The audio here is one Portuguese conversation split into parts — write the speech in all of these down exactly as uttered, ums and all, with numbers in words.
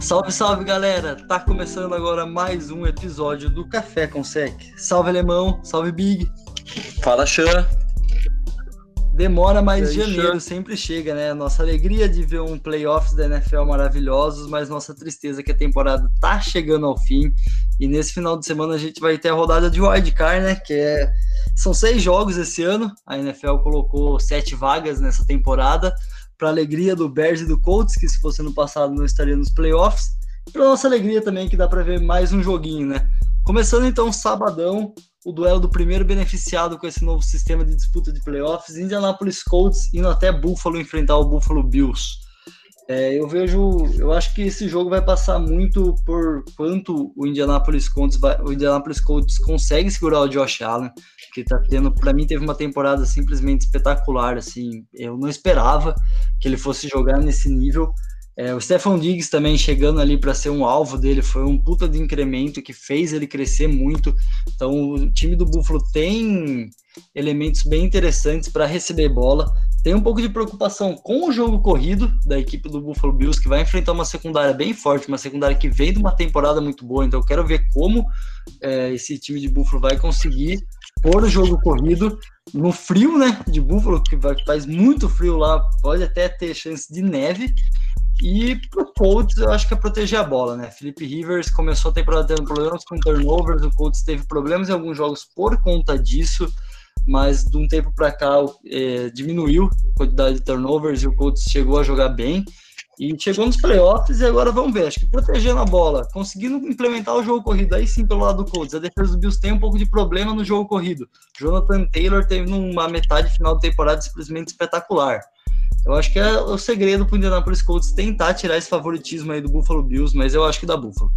Salve, salve, galera! Tá começando agora mais um episódio do Café com Sec. Salve, Alemão! Salve, Big! Fala, Xan! Demora, mas aí, janeiro Xan? sempre chega, né? Nossa alegria de ver um playoffs da N F L maravilhosos, mas nossa tristeza que a temporada tá chegando ao fim. E nesse final de semana a gente vai ter a rodada de wildcard, né? Que é... São seis jogos esse ano. A N F L colocou sete vagas nessa temporada, para alegria do Bears e do Colts, que se fosse no passado não estaria nos playoffs, e para nossa alegria também, que dá para ver mais um joguinho, né? Começando então sabadão, o duelo do primeiro beneficiado com esse novo sistema de disputa de playoffs, Indianapolis Colts indo até Buffalo enfrentar o Buffalo Bills. É, eu vejo, eu acho que esse jogo vai passar muito por quanto o Indianapolis Colts, vai, o Indianapolis Colts consegue segurar o Josh Allen, que tá tendo, para mim teve uma temporada simplesmente espetacular, assim, eu não esperava que ele fosse jogar nesse nível. É, o Stephon Diggs também chegando ali para ser um alvo dele, foi um puta de incremento que fez ele crescer muito. Então o time do Buffalo tem elementos bem interessantes para receber bola. Tem um pouco de preocupação com o jogo corrido da equipe do Buffalo Bills, que vai enfrentar uma secundária bem forte, uma secundária que vem de uma temporada muito boa. Então eu quero ver como é, esse time de Buffalo vai conseguir pôr o jogo corrido no frio, né, de Buffalo, que vai, faz muito frio lá, pode até ter chance de neve. E pro Colts, eu acho que é proteger a bola, né? Philip Rivers começou a temporada tendo problemas com turnovers, o Colts teve problemas em alguns jogos por conta disso, mas de um tempo para cá é, diminuiu a quantidade de turnovers e o Colts chegou a jogar bem e chegou nos playoffs. E agora vamos ver, acho que protegendo a bola, conseguindo implementar o jogo corrido, aí sim pelo lado do Colts. A defesa do Bills tem um pouco de problema no jogo corrido. Jonathan Taylor teve uma metade final da temporada simplesmente espetacular. Eu acho que é o segredo para o Indianapolis Colts tentar tirar esse favoritismo aí do Buffalo Bills, mas eu acho que dá Buffalo.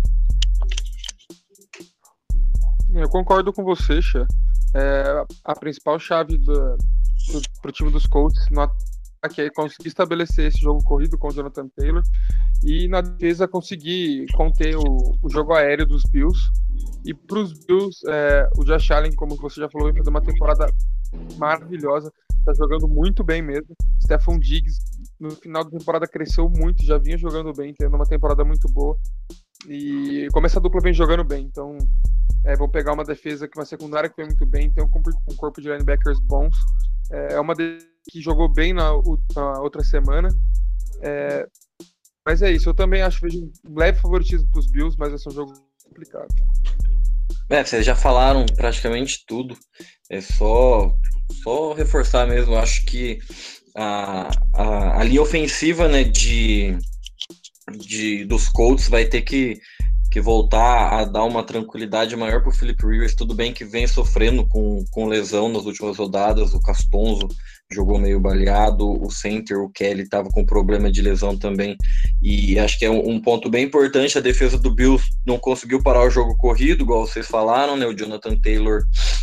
Eu concordo com você, Xê. É, a principal chave para o time dos Colts no ataque é conseguir estabelecer esse jogo corrido com o Jonathan Taylor e na defesa conseguir conter o, o jogo aéreo dos Bills. E para os Bills, é, o Josh Allen, como você já falou, vai fazer uma temporada maravilhosa. Tá jogando muito bem mesmo. Stephon Diggs, no final da temporada, cresceu muito, já vinha jogando bem, tendo uma temporada muito boa. E como essa dupla vem jogando bem, então é, vão pegar uma defesa, que uma secundária que vem muito bem, tem um corpo, um corpo de linebackers bons. É uma defesa que jogou bem na, na outra semana. É, mas é isso, eu também acho que vejo um leve favoritismo para os Bills, mas vai ser um jogo complicado. É, vocês já falaram praticamente tudo. É só, só reforçar mesmo. Acho que a, a, a linha ofensiva, né, de, de, dos Colts vai ter que, que voltar a dar uma tranquilidade maior para o Philip Rivers. Tudo bem que vem sofrendo com, com lesão nas últimas rodadas. O Castonzo jogou meio baleado, o center, o Kelly, estava com problema de lesão também, e acho que é um, um ponto bem importante. A defesa do Bills não conseguiu parar o jogo corrido, igual vocês falaram, né? O Jonathan Taylor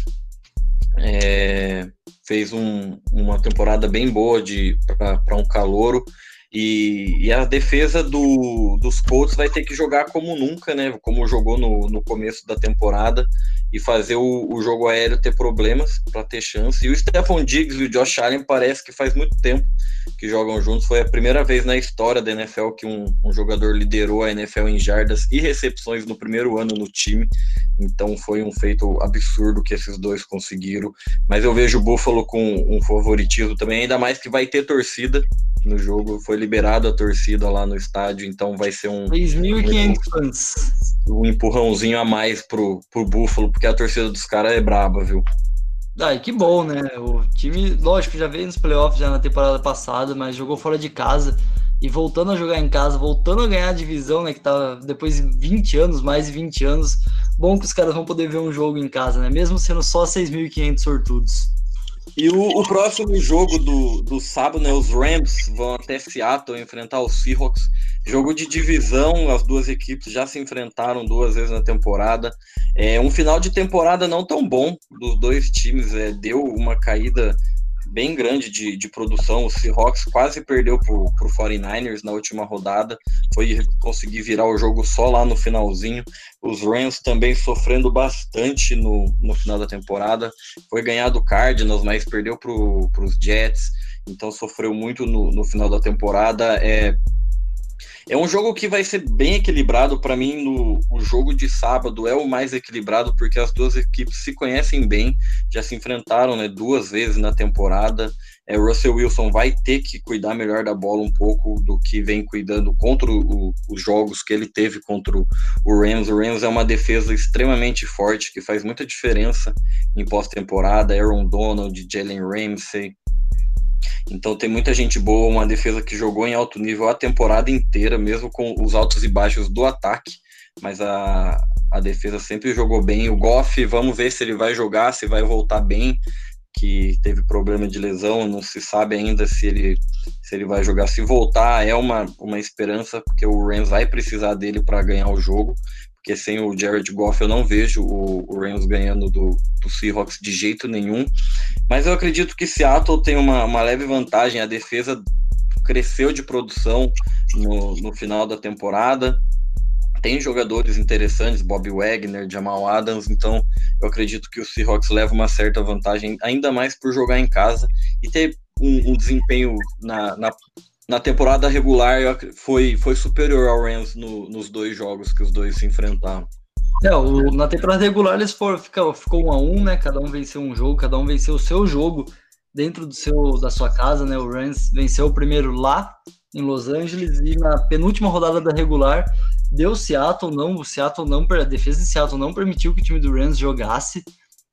é, fez um, uma temporada bem boa para um calouro, e, e a defesa do, dos Colts vai ter que jogar como nunca, né? Como jogou no, no começo da temporada, e fazer o, o jogo aéreo ter problemas para ter chance. E o Stephon Diggs e o Josh Allen parece que faz muito tempo que jogam juntos. Foi a primeira vez na história da N F L que um, um jogador liderou a N F L em jardas e recepções no primeiro ano no time. Então foi um feito absurdo que esses dois conseguiram. Mas eu vejo o Buffalo com um favoritismo também, ainda mais que vai ter torcida no jogo. Foi liberado a torcida lá no estádio, então vai ser um três mil e quinhentos fãs. Um empurrãozinho a mais pro, pro Buffalo, porque a torcida dos caras é braba, viu? Ah, que bom, né? O time, lógico, já veio nos playoffs já na temporada passada, mas jogou fora de casa e voltando a jogar em casa, voltando a ganhar a divisão, né? Que tá depois de vinte anos, mais de vinte anos. Bom que os caras vão poder ver um jogo em casa, né? Mesmo sendo só seis mil e quinhentos sortudos. E o, o próximo jogo do, do sábado, né? Os Rams vão até Seattle enfrentar os Seahawks. Jogo de divisão, as duas equipes já se enfrentaram duas vezes na temporada. É um final de temporada não tão bom dos dois times, é, deu uma caída bem grande de, de produção. O Seahawks quase perdeu para o quarenta e nine ers na última rodada, foi conseguir virar o jogo só lá no finalzinho. Os Rams também sofrendo bastante no, no final da temporada, foi ganhar do Cardinals, mas perdeu para os Jets, então sofreu muito no, no final da temporada. É, É um jogo que vai ser bem equilibrado. Para mim, no, o jogo de sábado é o mais equilibrado, porque as duas equipes se conhecem bem, já se enfrentaram, né, duas vezes na temporada. É, o Russell Wilson vai ter que cuidar melhor da bola um pouco do que vem cuidando contra o, os jogos que ele teve contra o, o Rams. O Rams é uma defesa extremamente forte, que faz muita diferença em pós-temporada. Aaron Donald, Jalen Ramsey. Então tem muita gente boa, uma defesa que jogou em alto nível a temporada inteira, mesmo com os altos e baixos do ataque, mas a, a defesa sempre jogou bem. O Goff, vamos ver se ele vai jogar, se vai voltar bem, que teve problema de lesão, não se sabe ainda se ele, se ele vai jogar. Se voltar, é uma, uma esperança, porque o Rams vai precisar dele para ganhar o jogo, porque sem o Jared Goff eu não vejo o, o Rams ganhando do, do Seahawks de jeito nenhum. Mas eu acredito que Seattle tem uma, uma leve vantagem. A defesa cresceu de produção no, no final da temporada. Tem jogadores interessantes, Bob Wagner, Jamal Adams, então eu acredito que o Seahawks leva uma certa vantagem, ainda mais por jogar em casa e ter um, um desempenho na, na, na temporada regular foi, foi superior ao Rams no, nos dois jogos que os dois se enfrentaram. É, o, na temporada regular eles foram, ficou, ficou um a um, né? Cada um venceu um jogo, cada um venceu o seu jogo dentro do seu, da sua casa, né? O Rams venceu o primeiro lá em Los Angeles e na penúltima rodada da regular deu Seattle, não, o Seattle não, a defesa de Seattle não permitiu que o time do Rams jogasse,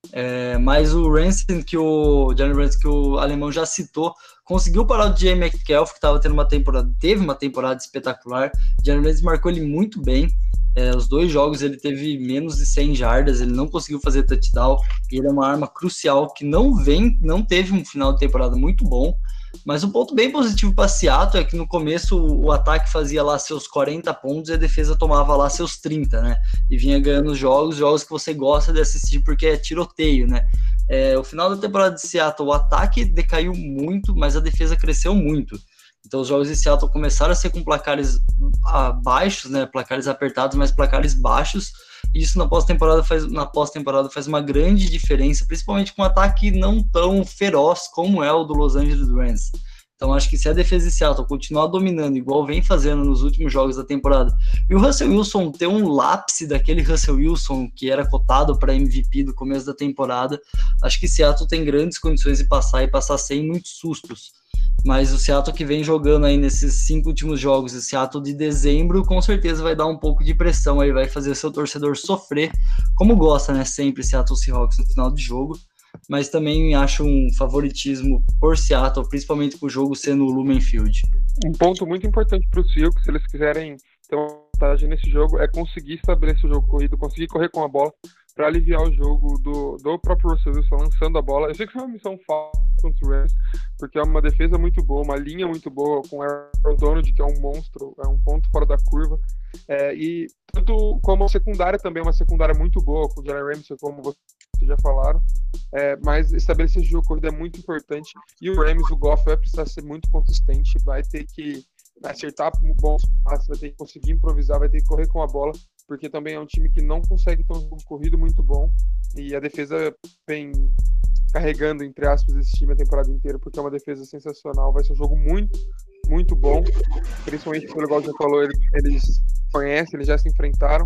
é, mas o Rams, que o Jalen Rams, que o alemão já citou, conseguiu parar o D J Metcalf, que estava tendo uma temporada, teve uma temporada espetacular. O Jalen Rams marcou ele muito bem. É, os dois jogos ele teve menos de cem jardas, ele não conseguiu fazer touchdown, e ele é uma arma crucial que não vem, não teve um final de temporada muito bom, mas um ponto bem positivo para Seattle é que no começo o, o ataque fazia lá seus quarenta pontos e a defesa tomava lá seus trinta, né, e vinha ganhando os jogos, jogos que você gosta de assistir porque é tiroteio, né. É, o final da temporada de Seattle, o ataque decaiu muito, mas a defesa cresceu muito. Então os jogos de Seattle começaram a ser com placares baixos, né, placares apertados, mas placares baixos, e isso na pós-temporada faz, na pós-temporada faz uma grande diferença, principalmente com um ataque não tão feroz como é o do Los Angeles Rams. Então acho que se a defesa de Seattle continuar dominando igual vem fazendo nos últimos jogos da temporada, e o Russell Wilson ter um lápis daquele Russell Wilson que era cotado para M V P do começo da temporada, acho que Seattle tem grandes condições de passar e passar sem muitos sustos. Mas o Seattle que vem jogando aí nesses cinco últimos jogos, o Seattle de dezembro, com certeza vai dar um pouco de pressão aí, vai fazer seu torcedor sofrer, como gosta, né, sempre Seattle Seahawks no final de jogo, mas também acho um favoritismo por Seattle, principalmente com o jogo sendo o Lumen Field. Um ponto muito importante para os Seahawks, se eles quiserem ter uma vantagem nesse jogo, é conseguir estabelecer o jogo corrido, conseguir correr com a bola, para aliviar o jogo do, do próprio Russell Wilson lançando a bola. Eu sei que isso é uma missão fácil contra o Rams, porque é uma defesa muito boa, uma linha muito boa, com o Aaron Donald, que é um monstro, é um ponto fora da curva, é, e tanto como a secundária também, uma secundária muito boa, com o Jalen Ramsey, como vocês já falaram, é, mas estabelecer esse jogo corrido é muito importante, e o Rams, o Goff, vai precisar ser muito consistente, vai ter que acertar bons passes, vai ter que conseguir improvisar, vai ter que correr com a bola, porque também é um time que não consegue ter um jogo corrido muito bom, e a defesa vem carregando, entre aspas, esse time a temporada inteira, porque é uma defesa sensacional, vai ser um jogo muito, muito bom, principalmente pelo igual você falou, eles, eles conhecem, eles já se enfrentaram,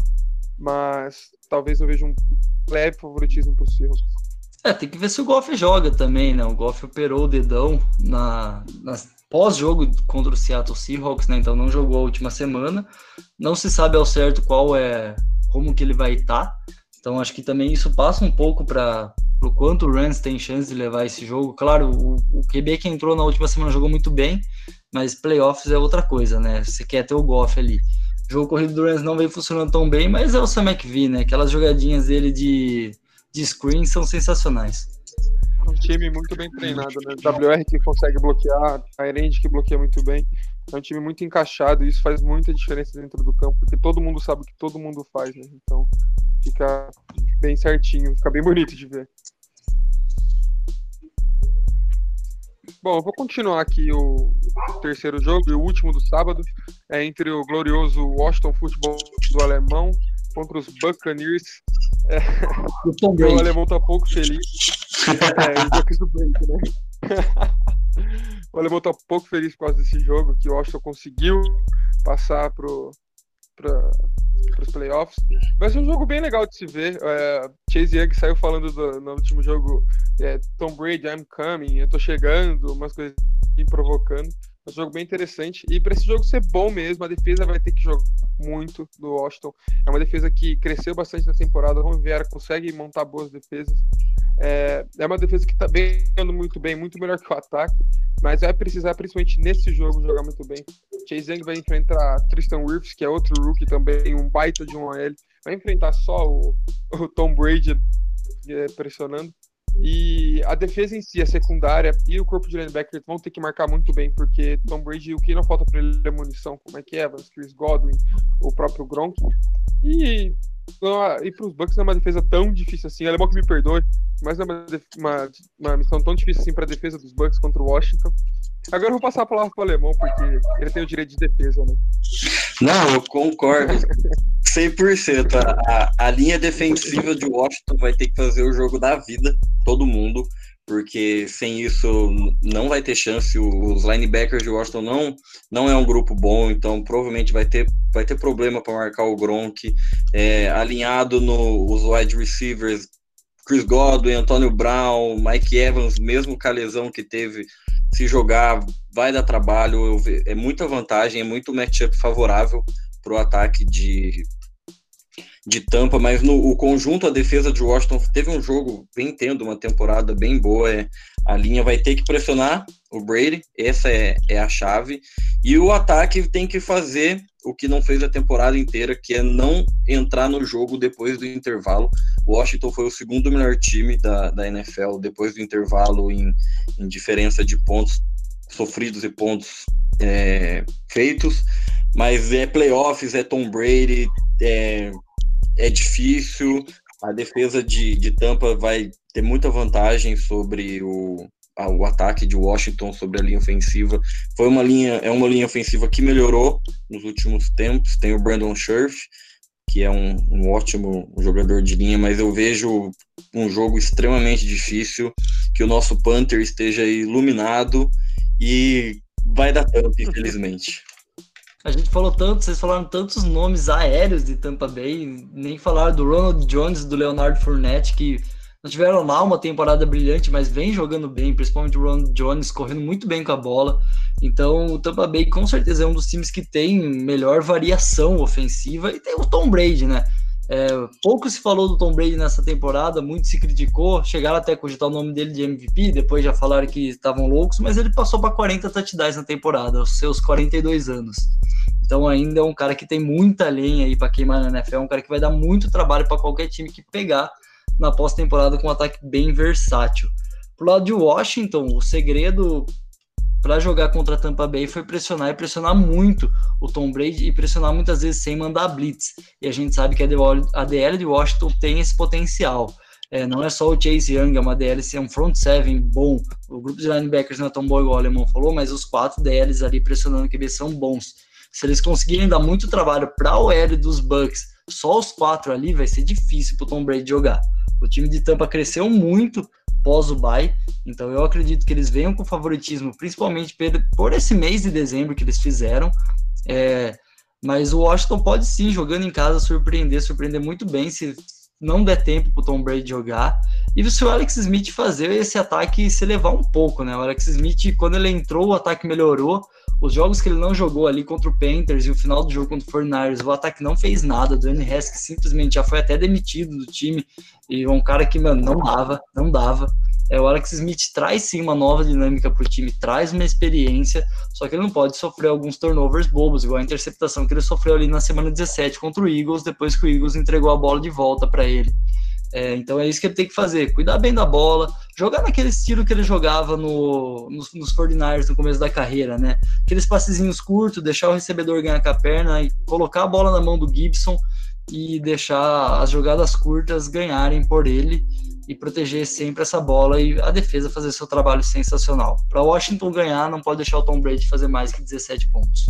mas talvez eu veja um leve favoritismo para o Seahawks. É, tem que ver se o Goff joga também, né, o Goff operou o dedão na, na pós-jogo contra o Seattle Seahawks, né, então não jogou a última semana, não se sabe ao certo qual é, como que ele vai estar, então acho que também isso passa um pouco para o quanto o Rams tem chance de levar esse jogo. Claro, o, o Q B que entrou na última semana jogou muito bem, mas playoffs é outra coisa, né, você quer ter o Goff ali. O jogo corrido do Rams não vem funcionando tão bem, mas é o Sam McVie, né, aquelas jogadinhas dele de, de screen são sensacionais. Um time muito bem treinado, né? W R que consegue bloquear, a Erend que bloqueia muito bem. É um time muito encaixado e isso faz muita diferença dentro do campo, porque todo mundo sabe o que todo mundo faz, né? Então fica bem certinho, fica bem bonito de ver. Bom, eu vou continuar aqui o terceiro jogo e o último do sábado, é entre o glorioso Washington Football do alemão contra os Buccaneers. É, o alemão tá pouco feliz. É, do break, né? O alemão tá pouco feliz por causa desse jogo, que o Washington conseguiu passar pro, pra, pros playoffs. Vai ser um jogo bem legal de se ver. É, Chase Young saiu falando do, no último jogo, é, Tom Brady, I'm coming, eu tô chegando, umas coisas provocando. É um jogo bem interessante. E para esse jogo ser bom mesmo, a defesa vai ter que jogar muito do Washington. É uma defesa que cresceu bastante na temporada. O Ron Rivera consegue montar boas defesas. É, é uma defesa que tá bem, andando muito bem, muito melhor que o ataque. Mas vai precisar, principalmente nesse jogo, jogar muito bem. Chase Young vai enfrentar Tristan Wirfs, que é outro rookie também, um baita de um O L. Vai enfrentar só o, o Tom Brady é, pressionando. E a defesa em si, a secundária e o corpo de linebackers vão ter que marcar muito bem, porque Tom Brady, o que não falta para ele é munição, como é que é, Evans, Chris Godwin, o próprio Gronk. E, e para os Bucks não é uma defesa tão difícil assim, é bom que me perdoe, mas não é uma, uma, uma missão tão difícil assim para a defesa dos Bucks contra o Washington. Agora eu vou passar a palavra para o Alemão, porque ele tem o direito de defesa, né? Não, eu concordo cem por cento. A, a linha defensiva de Washington vai ter que fazer o jogo da vida, todo mundo, porque sem isso não vai ter chance. Os linebackers de Washington não, não é um grupo bom, então provavelmente vai ter, vai ter problema para marcar o Gronk. É, alinhado nos wide receivers, Chris Godwin, Antonio Brown, Mike Evans, mesmo com a lesão que teve, se jogar vai dar trabalho, é muita vantagem, é muito matchup favorável para o ataque de, de Tampa, mas no o conjunto, a defesa de Washington teve um jogo, vem tendo uma temporada bem boa, é, a linha vai ter que pressionar o Brady, essa é, é a chave, e o ataque tem que fazer o que não fez a temporada inteira, que é não entrar no jogo depois do intervalo. O Washington foi o segundo melhor time da, da N F L depois do intervalo em, em diferença de pontos sofridos e pontos é, feitos, mas é playoffs, é Tom Brady, é, é difícil, a defesa de, de Tampa vai ter muita vantagem sobre o, a, o ataque de Washington, sobre a linha ofensiva. Foi uma linha, é uma linha ofensiva que melhorou nos últimos tempos, tem o Brandon Scherff, que é um, um ótimo jogador de linha, mas eu vejo um jogo extremamente difícil, que o nosso Panther esteja iluminado e vai dar Tampa, infelizmente. A gente falou tanto, vocês falaram tantos nomes aéreos de Tampa Bay, nem falaram do Ronald Jones, do Leonard Fournette, que não tiveram lá uma temporada brilhante, mas vem jogando bem, principalmente o Ronald Jones, correndo muito bem com a bola. Então o Tampa Bay com certeza é um dos times que tem melhor variação ofensiva, e tem o Tom Brady, né? É, pouco se falou do Tom Brady nessa temporada, muito se criticou, chegaram até a cogitar o nome dele de M V P, depois já falaram que estavam loucos, mas ele passou para quarenta touchdowns na temporada, aos seus quarenta e dois anos. Então ainda é um cara que tem muita lenha aí para queimar na N F L, é um cara que vai dar muito trabalho para qualquer time que pegar na pós-temporada, com um ataque bem versátil. Pro lado de Washington, o segredo para jogar contra a Tampa Bay foi pressionar e pressionar muito o Tom Brady e pressionar muitas vezes sem mandar blitz. E a gente sabe que a D L de Washington tem esse potencial. É, não é só o Chase Young, é uma D L, é um front seven bom. O grupo de linebackers não é tão bom igual o Alemão falou, mas os quatro D Ls ali pressionando o Q B são bons. Se eles conseguirem dar muito trabalho para o L dos Bucks, só os quatro ali, vai ser difícil para o Tom Brady jogar. O time de Tampa cresceu muito pós o bye, então eu acredito que eles venham com favoritismo, principalmente por esse mês de dezembro que eles fizeram, é, mas o Washington pode sim, jogando em casa, surpreender, surpreender muito bem, se não der tempo para o Tom Brady jogar, e se o Alex Smith fazer esse ataque se elevar um pouco, né? O Alex Smith, quando ele entrou, o ataque melhorou. Os jogos que ele não jogou ali contra o Panthers e o final do jogo contra o forty-niners, o ataque não fez nada. O Dwayne Haskins simplesmente já foi até demitido do time. E é um cara que, mano, não dava, não dava. É, o Alex Smith traz sim uma nova dinâmica pro time, traz uma experiência, só que ele não pode sofrer alguns turnovers bobos, igual a interceptação que ele sofreu ali na semana dezessete contra o Eagles, depois que o Eagles entregou a bola de volta para ele. É, então é isso que ele tem que fazer, cuidar bem da bola, jogar naquele estilo que ele jogava no, nos, nos forty-niners no começo da carreira, né? Aqueles passezinhos curtos, deixar o recebedor ganhar com a perna e colocar a bola na mão do Gibson e deixar as jogadas curtas ganharem por ele e proteger sempre essa bola e a defesa fazer seu trabalho sensacional. Para Washington ganhar, não pode deixar o Tom Brady fazer mais que dezessete pontos.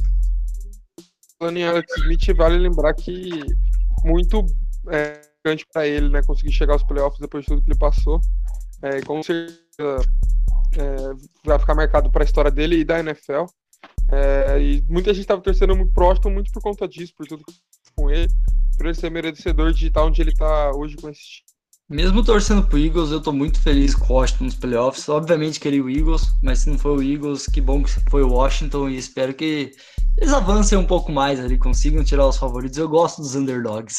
Falando em Alex Smith, vale lembrar que muito é, grande para ele, né, conseguir chegar aos playoffs depois de tudo que ele passou. É, com certeza é, vai ficar marcado para a história dele e da N F L. É, e muita gente estava torcendo muito pro Washington muito por conta disso, por tudo com ele, por ele ser merecedor de estar onde ele está hoje com esse time. Mesmo torcendo pro Eagles, eu tô muito feliz com o Washington nos playoffs. Obviamente queria o Eagles, mas se não foi o Eagles, que bom que foi o Washington e espero que eles avancem um pouco mais ali, consigam tirar os favoritos. Eu gosto dos underdogs.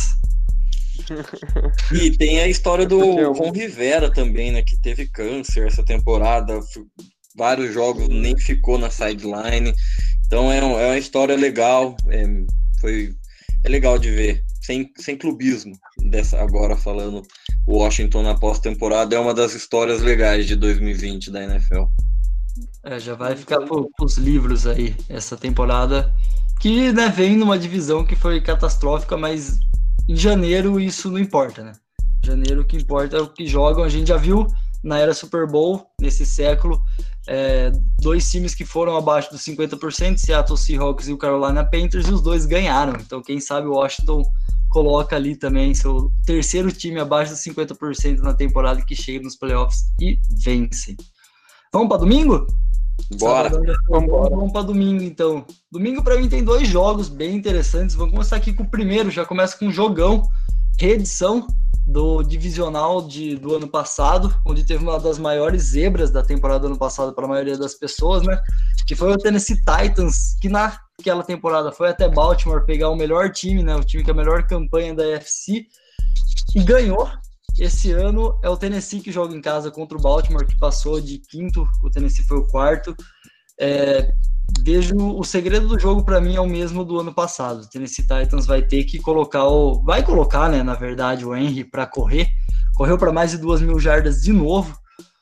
E tem a história do Ron Rivera também, né, que teve câncer essa temporada, vários jogos nem ficou na sideline. Então é, um, é uma história legal, é, foi, é legal de ver, sem, sem clubismo, dessa, agora falando o Washington na pós-temporada, é uma das histórias legais de dois mil e vinte da N F L. É, já vai ficar para os livros aí, essa temporada, que, né, vem numa divisão que foi catastrófica, mas em janeiro isso não importa, né? Janeiro o que importa é o que jogam. A gente já viu na era Super Bowl, nesse século, é, dois times que foram abaixo dos cinquenta por cento, Seattle Seahawks e o Carolina Panthers, e os dois ganharam. Então, quem sabe o Washington coloca ali também seu terceiro time abaixo dos cinquenta por cento na temporada, que chega nos playoffs e vence. Vamos para domingo? Bora. Vamos, vamos para domingo, então. Domingo, para mim, tem dois jogos bem interessantes. Vamos começar aqui com o primeiro. Já começa com um jogão, reedição do divisional de, do ano passado, onde teve uma das maiores zebras da temporada do ano passado para a maioria das pessoas, né? Que foi o Tennessee Titans, que naquela temporada foi até Baltimore pegar o melhor time, né? O time com a melhor campanha da A F C, e ganhou. Esse ano é o Tennessee que joga em casa contra o Baltimore, que passou de quinto, o Tennessee foi o quarto. É, vejo o segredo do jogo para mim é o mesmo do ano passado. O Tennessee Titans vai ter que colocar o, vai colocar, né, na verdade, o Henry para correr. Correu para mais de duas mil jardas de novo.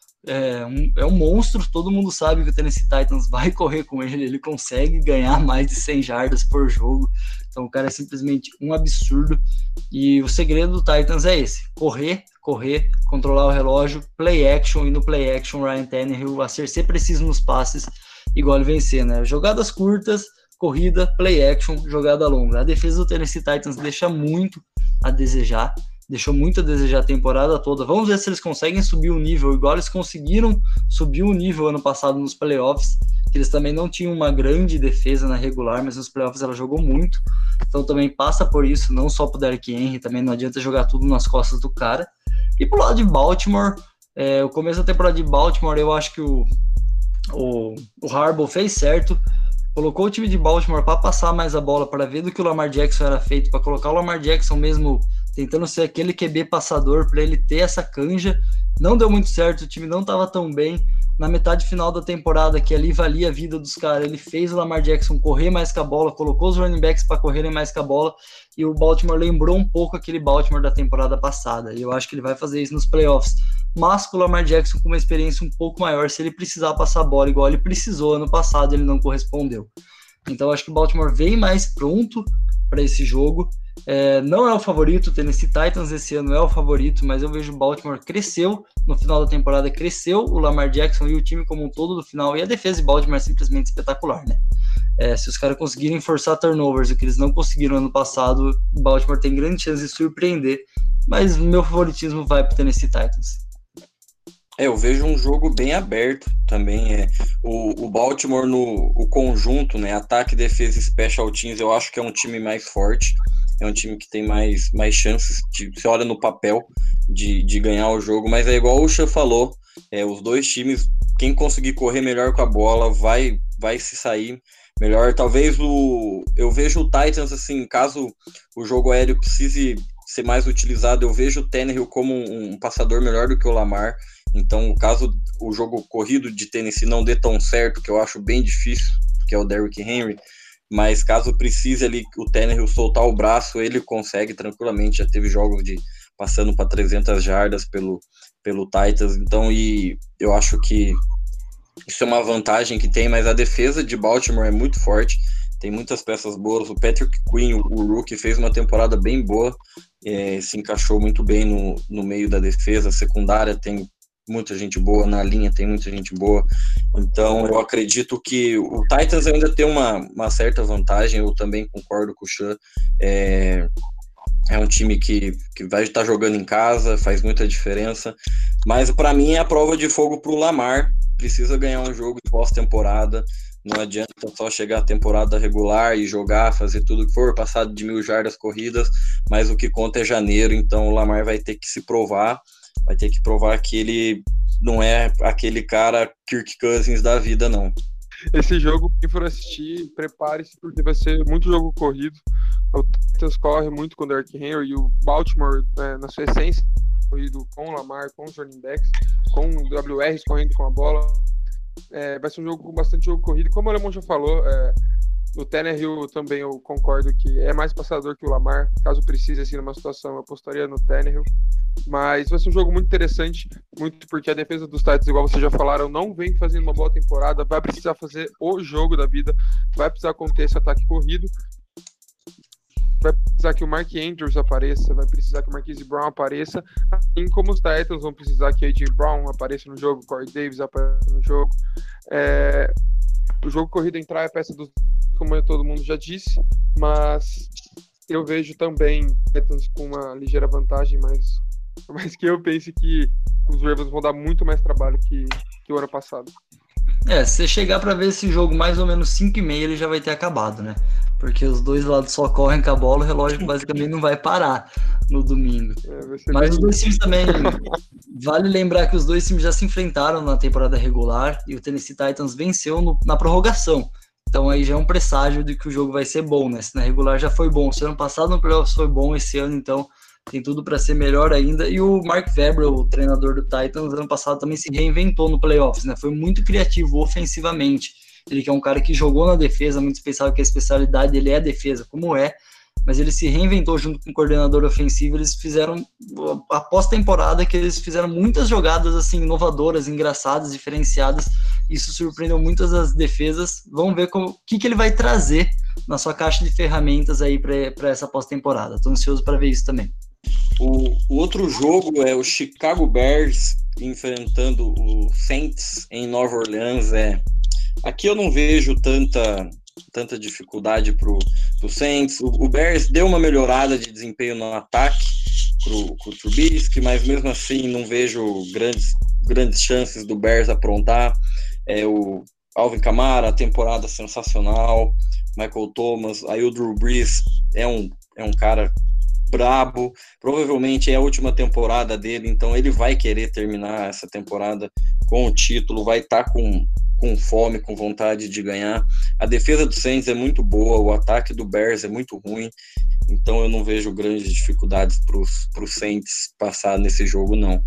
É um, é um monstro. Todo mundo sabe que o Tennessee Titans vai correr com ele. Ele consegue ganhar mais de cem jardas por jogo. Então o cara é simplesmente um absurdo. E o segredo do Titans é esse: correr, correr, controlar o relógio, play action, e no play action Ryan Tannehill a ser preciso nos passes, igual ele vencer, né? Jogadas curtas, corrida, play action, jogada longa. A defesa do Tennessee Titans deixa muito a desejar, deixou muito a desejar a temporada toda. Vamos ver se eles conseguem subir o nível, igual eles conseguiram subir o nível ano passado nos playoffs, que eles também não tinham uma grande defesa na regular, mas nos playoffs ela jogou muito. Então também passa por isso, não só pro Derrick Henry, também não adianta jogar tudo nas costas do cara. E pro lado de Baltimore, é, o começo da temporada de Baltimore, eu acho que o O, o Harbaugh fez certo, colocou o time de Baltimore para passar mais a bola, para ver do que o Lamar Jackson era feito, para colocar o Lamar Jackson mesmo tentando ser aquele Q B passador, para ele ter essa canja. Não deu muito certo, o time não estava tão bem. Na metade final da temporada, que ali valia a vida dos caras, ele fez o Lamar Jackson correr mais com a bola, colocou os running backs para correrem mais com a bola, e o Baltimore lembrou um pouco aquele Baltimore da temporada passada, e eu acho que ele vai fazer isso nos playoffs. Mas com o Lamar Jackson com uma experiência um pouco maior, se ele precisar passar a bola igual ele precisou ano passado, ele não correspondeu. Então eu acho que o Baltimore vem mais pronto para esse jogo. É, não é o favorito, o Tennessee Titans esse ano é o favorito, mas eu vejo o Baltimore cresceu no final da temporada, cresceu o Lamar Jackson e o time como um todo do final, e a defesa de Baltimore é simplesmente espetacular, né? É, se os caras conseguirem forçar turnovers, o que eles não conseguiram ano passado, o Baltimore tem grande chance de surpreender, mas o meu favoritismo vai para o Tennessee Titans. É, eu vejo um jogo bem aberto também. É, o, o Baltimore no o conjunto, né, ataque, defesa e special teams, eu acho que é um time mais forte, é um time que tem mais, mais chances, de, você olha no papel, de, de ganhar o jogo, mas é igual o Xan falou, é, os dois times, quem conseguir correr melhor com a bola vai, vai se sair melhor. Talvez o eu vejo o Titans, assim, caso o jogo aéreo precise ser mais utilizado, eu vejo o Tannehill como um, um passador melhor do que o Lamar. Então, caso o jogo corrido de Tennessee não dê tão certo, que eu acho bem difícil, que é o Derrick Henry, mas caso precise ali o Tannehill soltar o braço, ele consegue tranquilamente. Já teve jogos de passando para trezentas jardas pelo, pelo Titans. Então, e eu acho que isso é uma vantagem que tem, mas a defesa de Baltimore é muito forte, tem muitas peças boas. O Patrick Queen, o, o rookie, fez uma temporada bem boa, é, se encaixou muito bem no, no meio da defesa. A secundária tem muita gente boa, na linha tem muita gente boa, então eu acredito que o Titans ainda tem uma, uma certa vantagem. Eu também concordo com o Xan, é, É um time que, que vai estar jogando em casa, faz muita diferença. Mas para mim é a prova de fogo para o Lamar. Precisa ganhar um jogo de pós-temporada. Não adianta só chegar à temporada regular e jogar, fazer tudo que for, passar de mil jardas corridas, mas o que conta é janeiro, então o Lamar vai ter que se provar, vai ter que provar que ele não é aquele cara Kirk Cousins da vida, não. Esse jogo, quem for assistir, prepare-se, porque vai ser muito jogo corrido. O Titans corre muito com o Derrick Henry e o Baltimore, né, na sua essência, corrido com o Lamar, com os running backs, com o W R correndo com a bola. É, vai ser um jogo com bastante jogo corrido. Como o Alemão já falou, é, o Tannehill também eu concordo que é mais passador que o Lamar. Caso precise, assim, numa situação, eu apostaria no Tannehill. Mas vai ser um jogo muito interessante, muito porque a defesa dos Titans, igual vocês já falaram, não vem fazendo uma boa temporada, vai precisar fazer o jogo da vida, vai precisar conter esse ataque corrido, vai precisar que o Mark Andrews apareça, vai precisar que o Marquise Brown apareça, assim como os Titans vão precisar que a J. Brown apareça no jogo, o Corey Davis apareça no jogo. É, o jogo corrido entrar é peça dos, como todo mundo já disse, mas eu vejo também Titans com uma ligeira vantagem, mas por mais que eu pense que os Ravens vão dar muito mais trabalho que, que o ano passado. É, se você chegar para ver esse jogo mais ou menos cinco e meia, ele já vai ter acabado, né? Porque os dois lados só correm com a bola, o relógio basicamente não vai parar no domingo. É, mas os dois times também, vale lembrar que os dois times já se enfrentaram na temporada regular e o Tennessee Titans venceu no, na prorrogação. Então aí já é um presságio de que o jogo vai ser bom, né? Se na regular já foi bom, se ano passado no playoffs foi bom, esse ano então tem tudo para ser melhor ainda. E o Mark Weber, o treinador do Titans, ano passado também se reinventou no playoffs, né? Foi muito criativo ofensivamente. Ele que é um cara que jogou na defesa, muitos pensavam que a especialidade dele é a defesa, como é, mas ele se reinventou junto com o coordenador ofensivo. Eles fizeram, a pós-temporada, que eles fizeram muitas jogadas assim, inovadoras, engraçadas, diferenciadas. Isso surpreendeu muitas das defesas. Vamos ver o que, que ele vai trazer na sua caixa de ferramentas aí para essa pós-temporada. Estou ansioso para ver isso também. O, o outro jogo é o Chicago Bears enfrentando o Saints em Nova Orleans. É, aqui eu não vejo tanta, tanta dificuldade para o Saints. O, o Bears deu uma melhorada de desempenho no ataque com o Trubisky, mas mesmo assim não vejo grandes, grandes chances do Bears aprontar. É, o Alvin Kamara, a temporada sensacional, Michael Thomas, aí o Drew Brees é um, é um cara brabo, provavelmente é a última temporada dele, então ele vai querer terminar essa temporada com o título, vai estar tá com, com fome, com vontade de ganhar. A defesa do Saints é muito boa, o ataque do Bears é muito ruim, então eu não vejo grandes dificuldades para os Saints passar nesse jogo, não.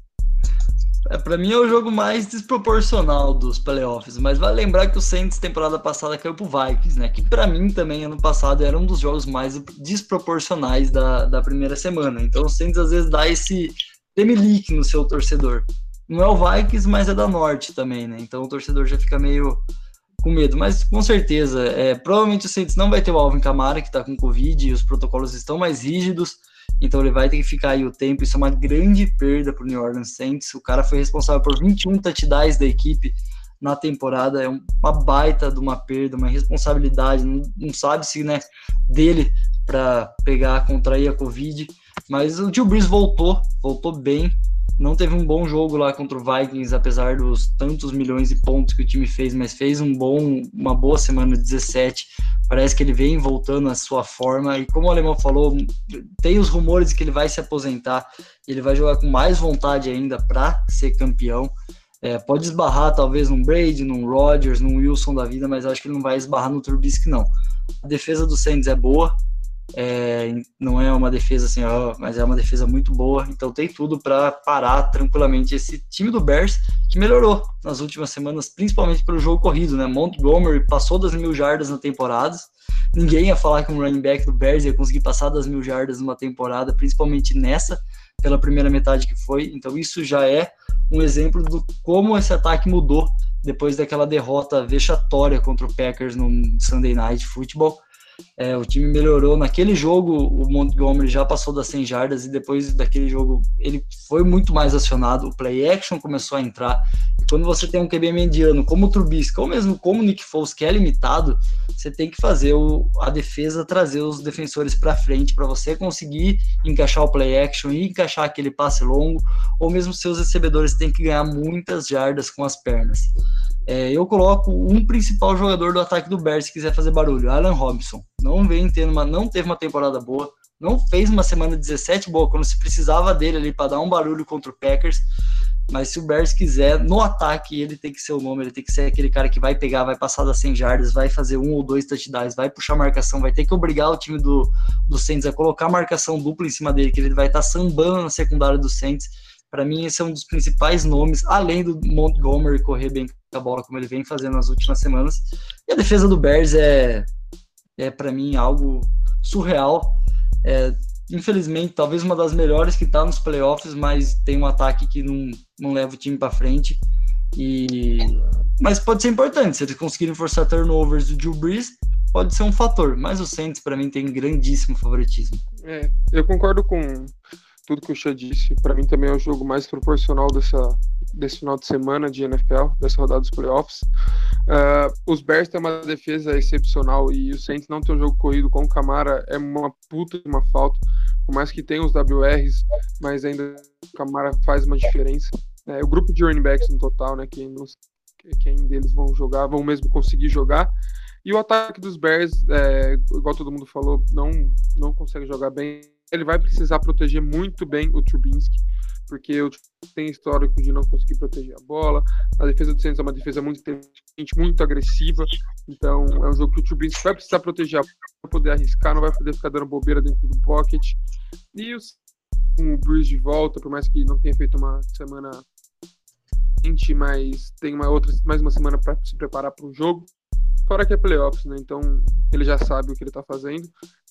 É, para mim é o jogo mais desproporcional dos playoffs, mas vale lembrar que o Saints temporada passada caiu pro Vikings, né? Que para mim também ano passado era um dos jogos mais desproporcionais da, da primeira semana. Então o Saints às vezes dá esse tremelique no seu torcedor. Não é o Vikings, mas é da Norte também, né? Então o torcedor já fica meio com medo. Mas com certeza, é, provavelmente o Saints não vai ter o Alvin Kamara, que tá com Covid, e os protocolos estão mais rígidos. Então ele vai ter que ficar aí o tempo. Isso é uma grande perda para o New Orleans Saints. O cara foi responsável por vinte e um touchdowns da equipe na temporada. É uma baita de uma perda, uma responsabilidade. Não, não sabe se, né, dele para pegar, contrair a Covid. Mas o Drew Brees voltou, voltou bem. Não teve um bom jogo lá contra o Vikings, apesar dos tantos milhões de pontos que o time fez, mas fez um bom, uma boa semana dezessete. Parece que ele vem voltando à sua forma, e como o Alemão falou, tem os rumores de que ele vai se aposentar, ele vai jogar com mais vontade ainda para ser campeão. É, pode esbarrar talvez num Brady, num Rodgers, num Wilson da vida, mas acho que ele não vai esbarrar no Trubisky, não. A defesa do Saints é boa, é, não é uma defesa assim, ó, mas é uma defesa muito boa, então tem tudo para parar tranquilamente esse time do Bears, que melhorou nas últimas semanas, principalmente pelo jogo corrido, né? Montgomery passou das mil jardas na temporada. Ninguém ia falar que um running back do Bears ia conseguir passar das mil jardas numa temporada, principalmente nessa, pela primeira metade que foi. Então isso já é um exemplo do como esse ataque mudou depois daquela derrota vexatória contra o Packers no Sunday Night Football. É, o time melhorou. Naquele jogo, o Montgomery já passou das cem jardas e depois daquele jogo ele foi muito mais acionado. O play action começou a entrar. E quando você tem um Q B mediano como o Trubisky, ou mesmo como o Nick Foles, que é limitado, você tem que fazer o, a defesa trazer os defensores para frente para você conseguir encaixar o play action e encaixar aquele passe longo, ou mesmo seus recebedores têm que ganhar muitas jardas com as pernas. É, eu coloco um principal jogador do ataque do Bears se quiser fazer barulho, Allen Robinson. Não vem tendo uma, não teve uma temporada boa, não fez uma semana dezessete boa quando se precisava dele ali para dar um barulho contra o Packers. Mas se o Bears quiser, no ataque, ele tem que ser o nome, ele tem que ser aquele cara que vai pegar, vai passar das cem jardas, vai fazer um ou dois touchdowns, vai puxar marcação, vai ter que obrigar o time do, do Saints a colocar marcação dupla em cima dele, que ele vai estar sambando na secundária do Saints. Para mim, esse é um dos principais nomes, além do Montgomery correr bem com a bola, como ele vem fazendo nas últimas semanas. E a defesa do Bears é, é para mim, algo surreal. É, infelizmente, talvez uma das melhores que está nos playoffs, mas tem um ataque que não, não leva o time para frente. E... Mas pode ser importante, se eles conseguirem forçar turnovers do Drew Brees, pode ser um fator. Mas o Saints, para mim, tem grandíssimo favoritismo. É, eu concordo com tudo que o Xê disse. Para mim também é o jogo mais proporcional dessa, desse final de semana de N F L, dessa rodada dos playoffs. Uh, os Bears têm uma defesa excepcional e o Saints não ter um jogo corrido com o Kamara é uma puta de uma falta, por mais que tenha os W Rs, mas ainda o Kamara faz uma diferença. É, o grupo de running backs no total, né, quem, nos, quem deles vão jogar, vão mesmo conseguir jogar. E o ataque dos Bears, é, igual todo mundo falou, não, não consegue jogar bem. Ele vai precisar proteger muito bem o Trubisky, porque o Trubisky tem histórico de não conseguir proteger a bola. A defesa do Saints é uma defesa muito inteligente, muito agressiva. Então é um jogo que o Trubisky vai precisar proteger a bola para poder arriscar, não vai poder ficar dando bobeira dentro do pocket. E os, com o Brees de volta, por mais que não tenha feito uma semana quente, mas tem uma outra, mais uma semana para se preparar para o jogo. Fora que é playoffs, né? Então ele já sabe o que ele está fazendo.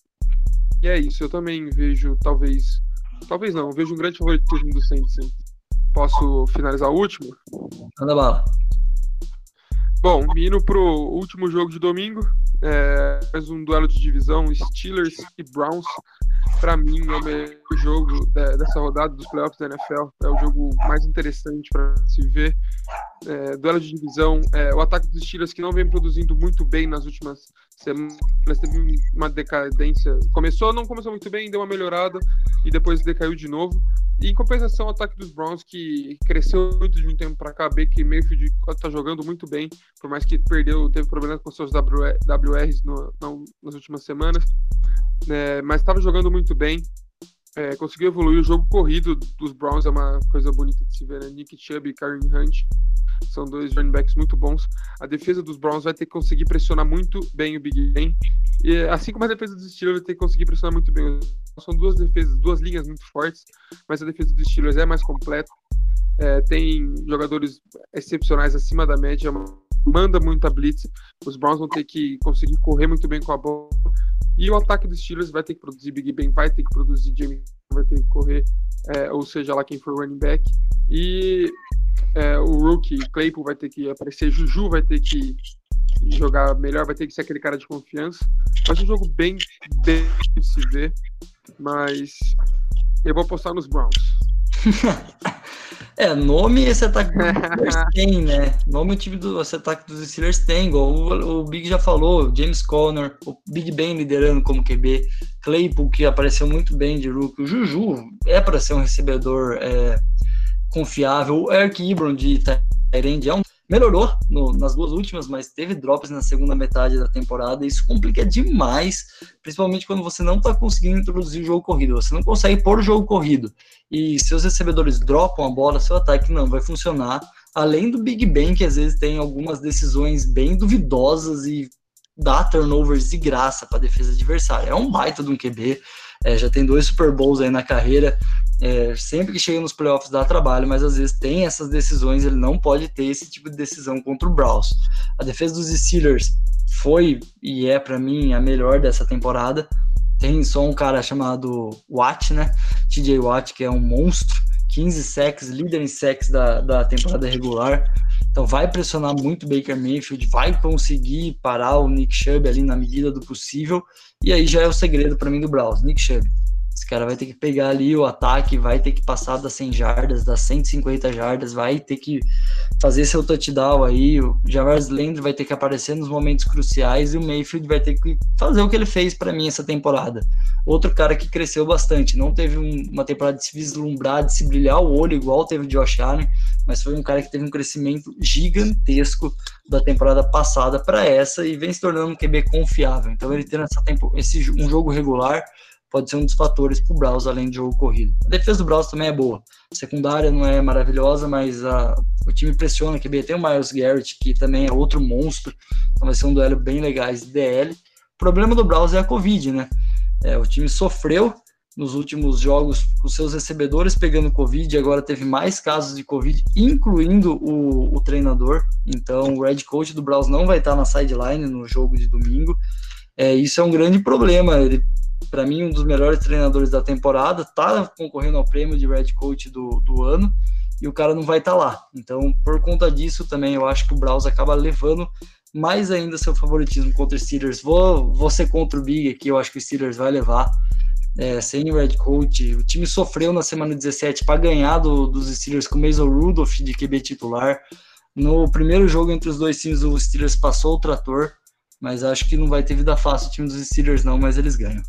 E é isso, eu também vejo, talvez, talvez não, eu vejo um grande favoritismo do Saints, sim. Posso finalizar o último? Manda bala. Bom, indo pro último jogo de domingo, é mais um duelo de divisão, Steelers e Browns. Para mim, é o melhor jogo dessa rodada dos playoffs da N F L. É o jogo mais interessante para se ver. É, duelo de divisão, é, o ataque dos Steelers que não vem produzindo muito bem nas últimas semanas, teve uma decadência. Começou, não começou muito bem, deu uma melhorada e depois decaiu de novo. E em compensação, o ataque dos Browns, que cresceu muito de um tempo para cá, Baker Mayfield está jogando muito bem, por mais que perdeu, teve problemas com seus W Rs no, no, nas últimas semanas, é, mas estava jogando muito bem. É, conseguiu evoluir. O jogo corrido dos Browns é uma coisa bonita de se ver, né? Nick Chubb e Kareem Hunt são dois running backs muito bons. A defesa dos Browns vai ter que conseguir pressionar muito bem o Big Ben, e assim como a defesa dos Steelers vai ter que conseguir pressionar muito bem. São duas defesas, duas linhas muito fortes, mas a defesa dos Steelers é mais completa. É, tem jogadores excepcionais acima da média, manda muita blitz. Os Browns vão ter que conseguir correr muito bem com a bola. E o ataque dos Steelers vai ter que produzir, Big Ben vai ter que produzir, Jamie vai ter que correr, é, ou seja, lá quem for running back. E é, o rookie Claypool vai ter que aparecer, Juju vai ter que jogar melhor, vai ter que ser aquele cara de confiança. Mas é um jogo bem, bem de se ver, mas eu vou apostar nos Browns. É, nome esse ataque dos Steelers tem, né? Nome o time do esse ataque dos Steelers tem, igual o, o Big já falou, James Conner, o Big Ben liderando como Q B, Claypool, que apareceu muito bem de rookie, o Juju é para ser um recebedor é, confiável, o Eric Ebron de Tyrande é um melhorou no, nas duas últimas, mas teve drops na segunda metade da temporada, e isso complica demais, principalmente quando você não está conseguindo introduzir o jogo corrido, você não consegue pôr o jogo corrido, e seus recebedores dropam a bola, seu ataque não vai funcionar, além do Big Ben, que às vezes tem algumas decisões bem duvidosas e dá turnovers de graça para a defesa adversária. É um baita de um Q B, é, já tem dois Super Bowls aí na carreira, é, sempre que chega nos playoffs dá trabalho, mas às vezes tem essas decisões, ele não pode ter esse tipo de decisão contra o Browns. A defesa dos Steelers foi e é para mim a melhor dessa temporada. Tem só um cara chamado Watt, né? T J Watt, que é um monstro, quinze sacks, líder em sacks da, da temporada regular. Então vai pressionar muito o Baker Mayfield, vai conseguir parar o Nick Chubb ali na medida do possível, e aí já é o segredo para mim do Browns, Nick Chubb. Esse cara vai ter que pegar ali o ataque, vai ter que passar das cem jardas, das cento e cinquenta jardas, vai ter que fazer seu touchdown aí, o Jarvis Landry vai ter que aparecer nos momentos cruciais e o Mayfield vai ter que fazer o que ele fez para mim essa temporada. Outro cara que cresceu bastante, não teve um, uma temporada de se vislumbrar, de se brilhar o olho igual teve o Josh Allen, mas foi um cara que teve um crescimento gigantesco da temporada passada para essa e vem se tornando um Q B confiável. Então ele tendo essa tempo, esse, um jogo regular pode ser um dos fatores para o Browns, além do jogo corrido. A defesa do Browns também é boa. A secundária não é maravilhosa, mas a, o time pressiona. Q B tem o Myles Garrett, que também é outro monstro. Então vai ser um duelo bem legal de D L. O problema do Browns é a Covid, né? É, o time sofreu nos últimos jogos com seus recebedores pegando Covid, e agora teve mais casos de Covid, incluindo o, o treinador. Então o head coach do Browns não vai estar na sideline no jogo de domingo. É, isso é um grande problema. Ele, para mim, um dos melhores treinadores da temporada, tá concorrendo ao prêmio de head coach do, do ano, e o cara não vai estar lá. Então, por conta disso também, eu acho que o Browns acaba levando mais ainda seu favoritismo contra os Steelers. Vou, vou ser contra o Big aqui, eu acho que o Steelers vai levar. É, sem o head coach, o time sofreu na semana dezessete para ganhar do, dos Steelers com o Mason Rudolph de Q B titular. No primeiro jogo entre os dois times, o Steelers passou o trator, mas acho que não vai ter vida fácil o time dos Steelers não, mas eles ganham.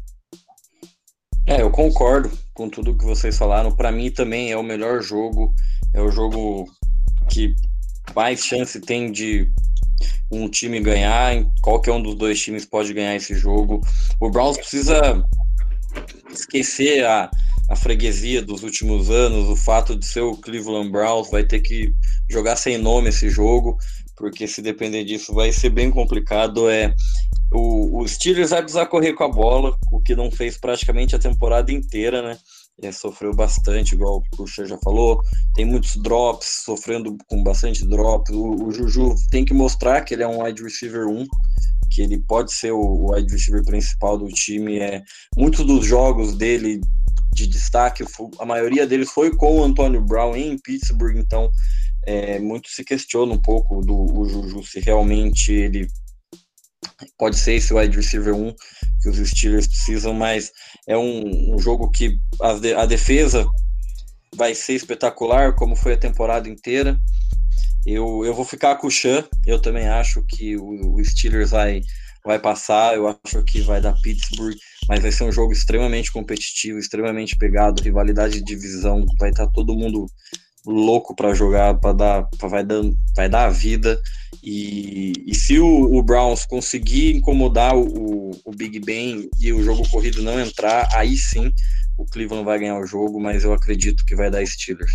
É, eu concordo com tudo que vocês falaram. Para mim também é o melhor jogo, é o jogo que mais chance tem de um time ganhar. Qualquer um dos dois times pode ganhar esse jogo. O Browns precisa esquecer a, a freguesia dos últimos anos, o fato de ser o Cleveland Browns, vai ter que jogar sem nome esse jogo, porque se depender disso vai ser bem complicado. É, o, o Steelers vai precisar correr com a bola, o que não fez praticamente a temporada inteira, né? É, sofreu bastante, igual o Puxa já falou, tem muitos drops, sofrendo com bastante drops. O, o Juju tem que mostrar que ele é um wide receiver um, que ele pode ser o wide receiver principal do time. É, muitos dos jogos dele de destaque, a maioria deles foi com o Antonio Brown em Pittsburgh, então é, muito se questiona um pouco do o Juju, se realmente ele pode ser esse wide receiver um que os Steelers precisam, mas é um, um jogo que a, de, a defesa vai ser espetacular, como foi a temporada inteira. Eu, eu vou ficar com o Chan, eu também acho que o, o Steelers vai, vai passar, eu acho que vai dar Pittsburgh, mas vai ser um jogo extremamente competitivo, extremamente pegado, rivalidade de divisão, vai estar todo mundo louco para jogar, para dar, pra vai, dar, vai dar a vida, e, e se o, o Browns conseguir incomodar o, o Big Ben e o jogo corrido não entrar, aí sim o Cleveland vai ganhar o jogo, mas eu acredito que vai dar Steelers.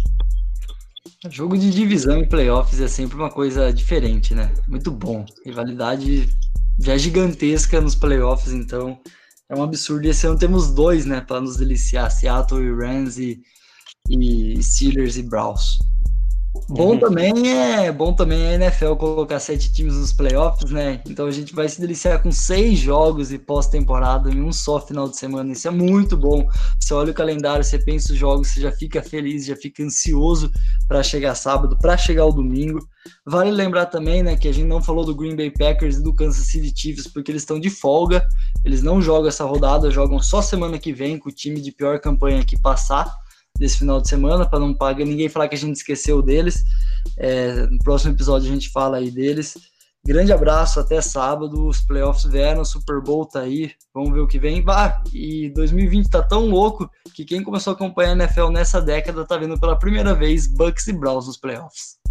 Jogo de divisão e playoffs é sempre uma coisa diferente, né? Muito bom. Rivalidade já é gigantesca nos playoffs, então é um absurdo. E esse ano temos dois, né, para nos deliciar: Seattle e Rams e, e Steelers e Browns. Bom, uhum. também é bom também a N F L colocar sete times nos playoffs, né? Então a gente vai se deliciar com seis jogos e pós-temporada em um só final de semana. Isso é muito bom. Você olha o calendário, você pensa os jogos, você já fica feliz, já fica ansioso para chegar sábado, para chegar o domingo. Vale lembrar também, né, que a gente não falou do Green Bay Packers e do Kansas City Chiefs porque eles estão de folga. Eles não jogam essa rodada, jogam só semana que vem com o time de pior campanha que passar desse final de semana, para não pagar ninguém falar que a gente esqueceu deles. É, no próximo episódio a gente fala aí deles. Grande abraço, até sábado. Os playoffs vieram, o Super Bowl tá aí, vamos ver o que vem. Bah, e dois mil e vinte tá tão louco que quem começou a acompanhar a N F L nessa década tá vendo pela primeira vez Bucks e Browns nos playoffs.